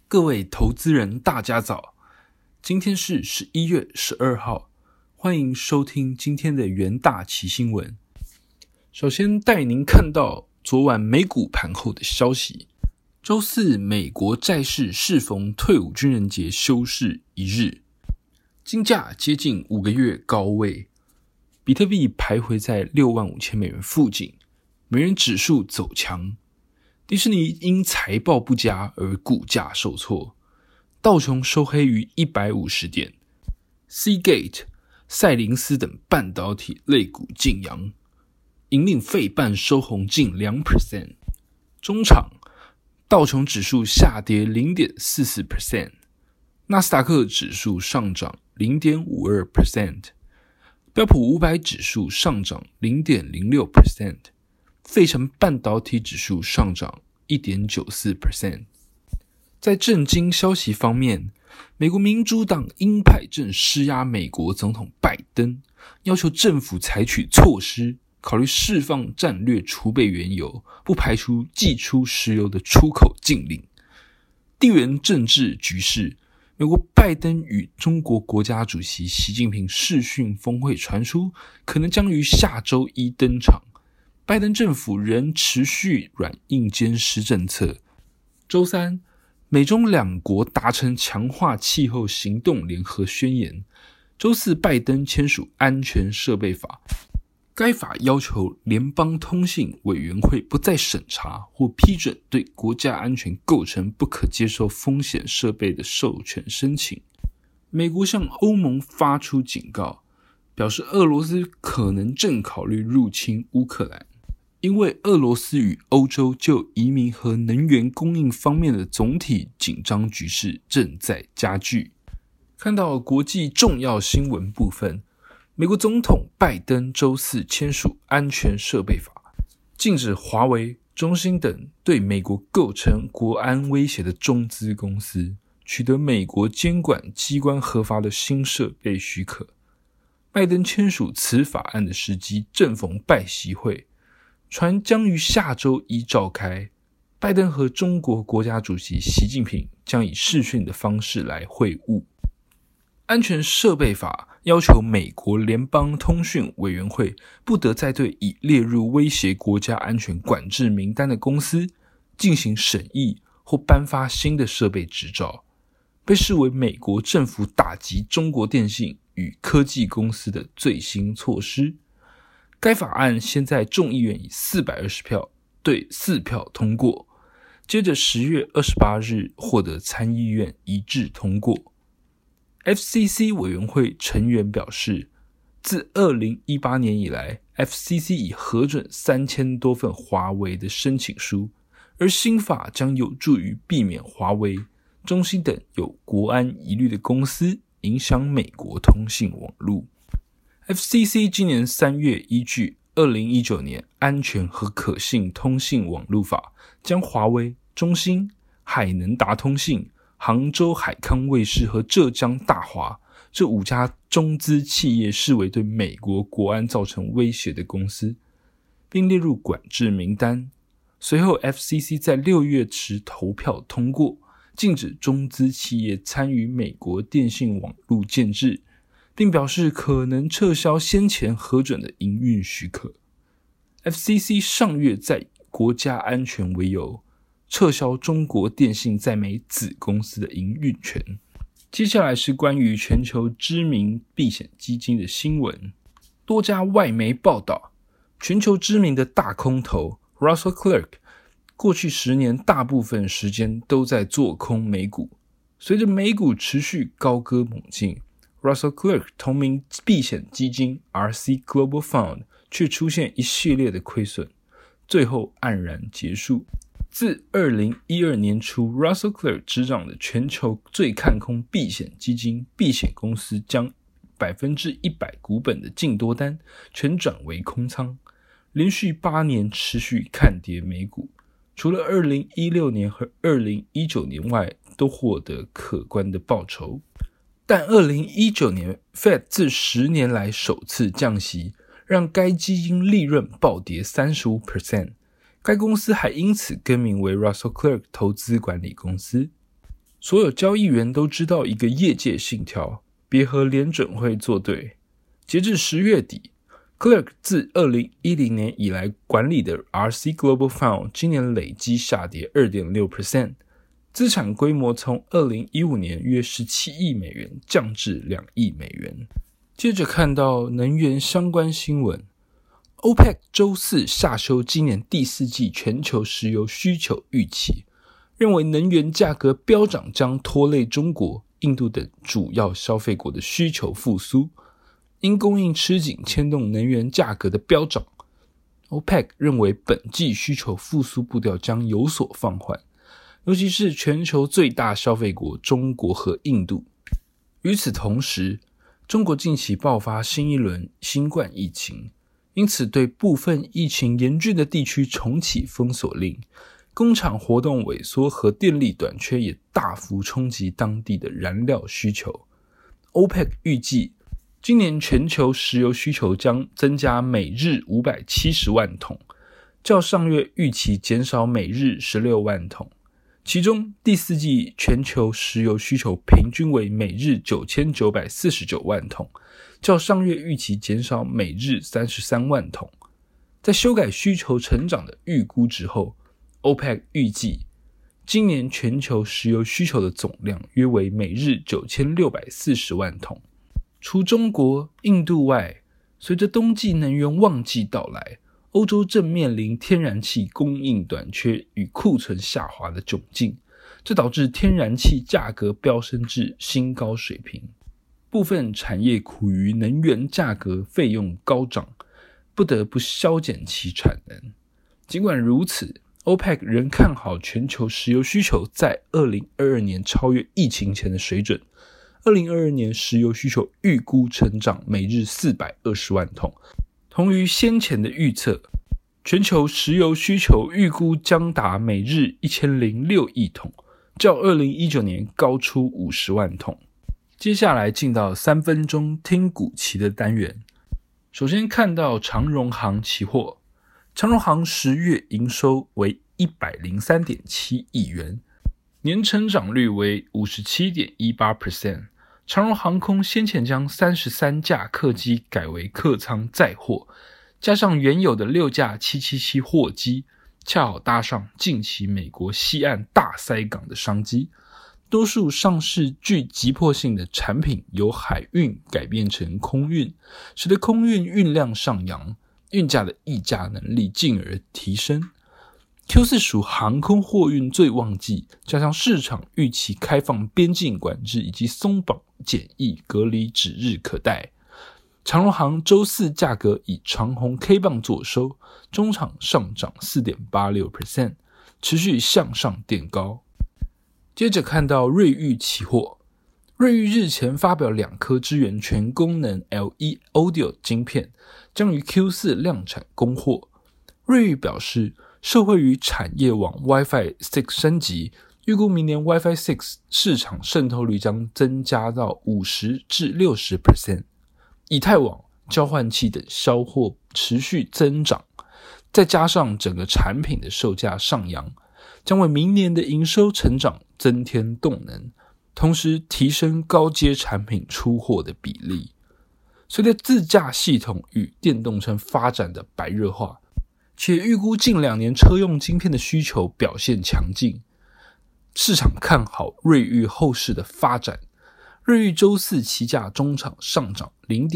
各位投资人大家早，今天是11月12号，欢迎收听今天的元大奇新闻。首先带您看到昨晚美股盘后的消息。周四美国债市适逢退伍军人节休市一日，金价接近5个月高位，比特币徘徊在$65,000附近，美元指数走强。迪士尼因财报不佳而股价受挫，道琼收黑于150点 ，Seagate、赛灵思等半导体类股劲扬，引领费半收红近 2%。中场，道琼指数下跌 0.44%， 纳斯达克指数上涨 0.52%， 标普500指数上涨 0.06%。费城半导体指数上涨 1.94%。 在政经消息方面，美国民主党鹰派正施压美国总统拜登，要求政府采取措施，考虑释放战略储备原油，不排除祭出石油的出口禁令。地缘政治局势，美国拜登与中国国家主席习近平视讯峰会传出，可能将于下周一登场。拜登政府仍持续软硬兼施政策。周三，美中两国达成强化气候行动联合宣言。周四，拜登签署安全设备法，该法要求联邦通信委员会不再审查或批准对国家安全构成不可接受风险设备的授权申请。美国向欧盟发出警告，表示俄罗斯可能正考虑入侵乌克兰。因为俄罗斯与欧洲就移民和能源供应方面的总体紧张局势正在加剧。看到国际重要新闻部分，美国总统拜登周四签署安全设备法，禁止华为、中兴等对美国构成国安威胁的中资公司取得美国监管机关核发的新设备许可。拜登签署此法案的时机正逢拜习会，传将于下周一召开，拜登和中国国家主席习近平将以视讯的方式来会晤。安全设备法要求美国联邦通讯委员会不得再对已列入威胁国家安全管制名单的公司进行审议或颁发新的设备执照，被视为美国政府打击中国电信与科技公司的最新措施。该法案先在众议院以420票对4票通过，接着10月28日获得参议院一致通过。FCC 委员会成员表示，自2018年以来， FCC 已核准3000多份华为的申请书，而新法将有助于避免华为、中兴等有国安疑虑的公司影响美国通信网络。FCC 今年3月依据2019年安全和可信通信网络法，将华为、中兴、海能达通信、杭州海康卫视和浙江大华这5家中资企业视为对美国国安造成威胁的公司，并列入管制名单。随后 FCC 在6月时投票通过，禁止中资企业参与美国电信网络建制，并表示可能撤销先前核准的营运许可。FCC 上月在国家安全为由，撤销中国电信在美子公司的营运权。接下来是关于全球知名避险基金的新闻。多家外媒报道，全球知名的大空头 Russell Clark 过去10年大部分时间都在做空美股，随着美股持续高歌猛进， Russell Clark 同名避险基金 RC Global Fund 却出现一系列的亏损，最后黯然结束。自2012年初 Russell Clark 执掌的全球最看空避险基金避险公司将 100% 股本的净多单全转为空仓，连续8年持续看跌美股，除了2016年和2019年外都获得可观的报酬。但2019年 Fed 自10年来首次降息，让该基金利润暴跌 35%， 该公司还因此更名为 Russell Clark 投资管理公司。 所有交易员都知道一个业界信条，别和联准会作对。截至10月底，Clark 自2010年以来管理的 RC Global Fund 今年累积下跌 2.6%， 资产规模从2015年约17亿美元降至2亿美元。接着看到能源相关新闻， OPEC 周四下修今年第4季全球石油需求预期，认为能源价格飙涨将拖累中国、印度等主要消费国的需求复苏，因供应吃紧牵动能源价格的飙涨。 OPEC 认为本季需求复苏步调将有所放缓，尤其是全球最大消费国中国和印度。与此同时，中国近期爆发新一轮新冠疫情，因此对部分疫情严峻的地区重启封锁令，工厂活动萎缩和电力短缺也大幅冲击当地的燃料需求。 OPEC 预计今年全球石油需求将增加每日570万桶，较上月预期减少每日16万桶，其中第4季全球石油需求平均为每日9949万桶，较上月预期减少每日33万桶。在修改需求成长的预估之后， OPEC 预计今年全球石油需求的总量约为每日9640万桶。除中国、印度外，随着冬季能源旺季到来，欧洲正面临天然气供应短缺与库存下滑的窘境，这导致天然气价格飙升至新高水平。部分产业苦于能源价格费用高涨，不得不削减其产能。尽管如此， OPEC 仍看好全球石油需求在2022年超越疫情前的水准。2022年石油需求预估成长每日420万桶，同于先前的预测，全球石油需求预估将达每日1006亿桶，较2019年高出50万桶。接下来进到3分钟听股期的单元。首先看到长荣航期货，长荣航10月营收为 103.7 亿元，年成长率为 57.18%。 长荣航空先前将33架客机改为客舱载货，加上原有的6架777货机，恰好搭上近期美国西岸大塞港的商机，多数上市具急迫性的产品由海运改变成空运，使得空运运量上扬，运价的议价能力进而提升。Q4 属航空货运最旺季，加上市场预期开放边境管制以及松绑检疫隔离指日可待。长荣航周四价格以长红 K 棒作收，中场上涨 4.86%， 持续向上垫高。接着看到瑞昱期货，瑞昱日前发表2颗支援全功能 LE Audio 晶片，将于 Q4 量产供货。瑞昱表示，受惠于产业往 Wi-Fi 6 升级，预估明年 Wi-Fi 6市场渗透率将增加到 50% 至 60%。 以太网、交换器等销货持续增长，再加上整个产品的售价上扬，将为明年的营收成长增添动能，同时提升高阶产品出货的比例。随着自驾系统与电动车发展的白热化，且预估近2年车用晶片的需求表现强劲，市场看好瑞昱后市的发展。瑞昱周四期价中场上涨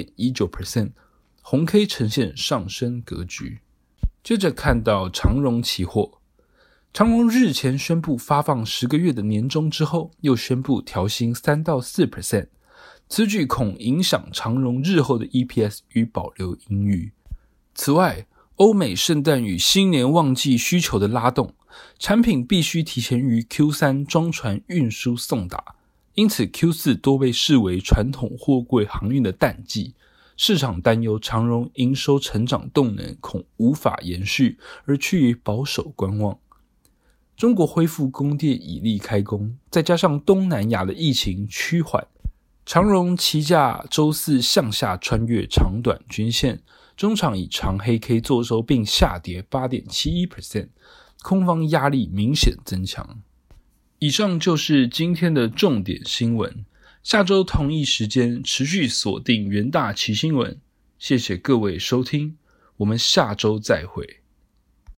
0.19%， 红 K 呈现上升格局。接着看到长荣期货，长荣日前宣布发放10个月的年终之后，又宣布调薪 3% 到 4%， 此举恐影响长荣日后的 EPS 与保留盈余。此外，欧美圣诞与新年旺季需求的拉动，产品必须提前于 Q3 装船运输送达，因此 Q4 多被视为传统货柜航运的淡季，市场担忧长荣营收成长动能恐无法延续，而趋于保守观望。中国恢复供电以利开工，再加上东南亚的疫情趋缓，长荣期价周四向下穿越长短均线，中场以长黑 K 作收并下跌 8.71%， 空方压力明显增强。 以上就是今天的重点新闻，下周同一时间持续锁定元大奇新闻，谢谢各位收听，我们下周再会。